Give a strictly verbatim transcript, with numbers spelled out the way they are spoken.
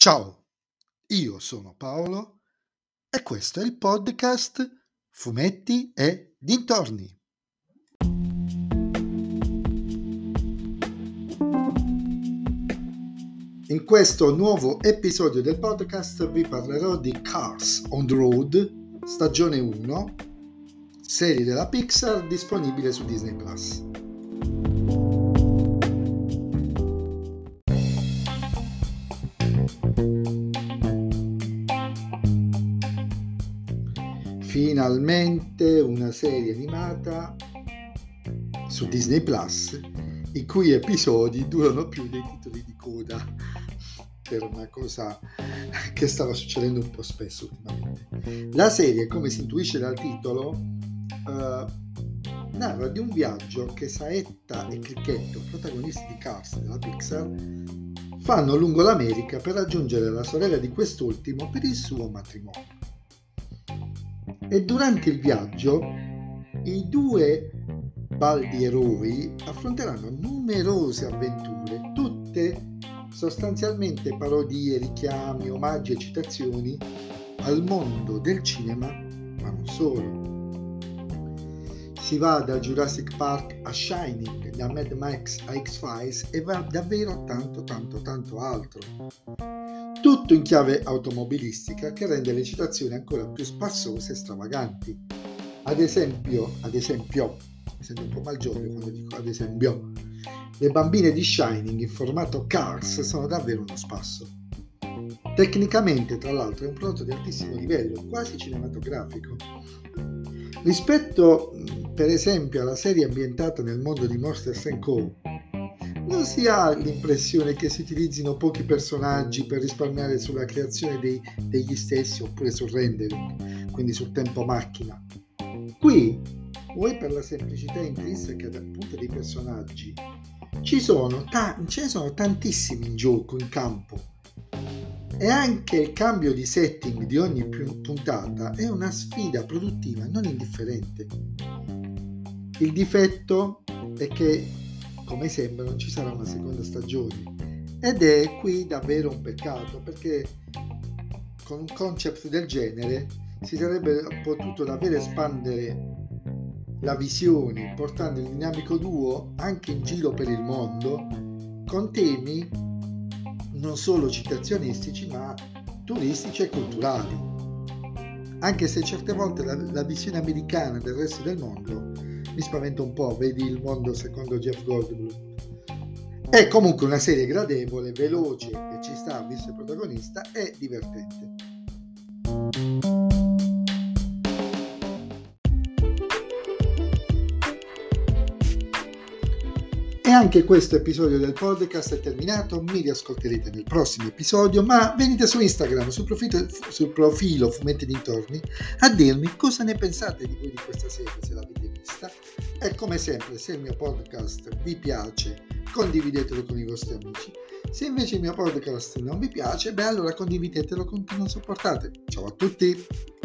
Ciao, io sono Paolo e questo è il podcast Fumetti e Dintorni. In questo nuovo episodio del podcast vi parlerò di Cars on the Road, stagione uno, serie della Pixar disponibile su Disney Plus. Finalmente una serie animata su Disney Plus i cui episodi durano più dei titoli di coda, che era una cosa che stava succedendo un po' spesso ultimamente. La serie, come si intuisce dal titolo, eh, narra di un viaggio che Saetta e Cricchetto, protagonisti di Cars della Pixar, fanno lungo l'America per raggiungere la sorella di quest'ultimo per il suo matrimonio. E durante il viaggio i due baldi eroi affronteranno numerose avventure, tutte sostanzialmente parodie, richiami, omaggi e citazioni al mondo del cinema, ma non solo. Si va da Jurassic Park a Shining, da Mad Max a X-Files e va davvero tanto tanto tanto altro. Tutto in chiave automobilistica che rende le citazioni ancora più spassose e stravaganti. Ad esempio, ad esempio, mi sento un po' malgioglio quando dico ad esempio, le bambine di Shining in formato Cars sono davvero uno spasso. Tecnicamente, tra l'altro, è un prodotto di altissimo livello, quasi cinematografico. Rispetto, per esempio, alla serie ambientata nel mondo di Monsters and Co., non si ha l'impressione che si utilizzino pochi personaggi per risparmiare sulla creazione dei, degli stessi oppure sul rendering, quindi sul tempo macchina. Qui, vuoi per la semplicità intrinseca appunto dei personaggi, ci sono, ta- ce ne sono tantissimi in gioco, in campo, e anche il cambio di setting di ogni puntata è una sfida produttiva non indifferente. Il difetto è che, come sembra, non ci sarà una seconda stagione ed è qui davvero un peccato, perché con un concept del genere si sarebbe potuto davvero espandere la visione portando il dinamico duo anche in giro per il mondo con temi non solo citazionistici ma turistici e culturali, anche se certe volte la, la visione americana del resto del mondo mi spaventa un po', vedi Il mondo secondo Jeff Goldblum. È comunque una serie gradevole, veloce e ci sta visto il protagonista, e divertente. E anche questo episodio del podcast è terminato, mi riascolterete nel prossimo episodio, ma venite su Instagram, sul profilo, sul profilo Fumetti Dintorni, a dirmi cosa ne pensate di voi di questa serie, se l'avete vista. E come sempre, se il mio podcast vi piace, condividetelo con i vostri amici. Se invece il mio podcast non vi piace, beh allora condividetelo con chi non sopportate. Ciao a tutti!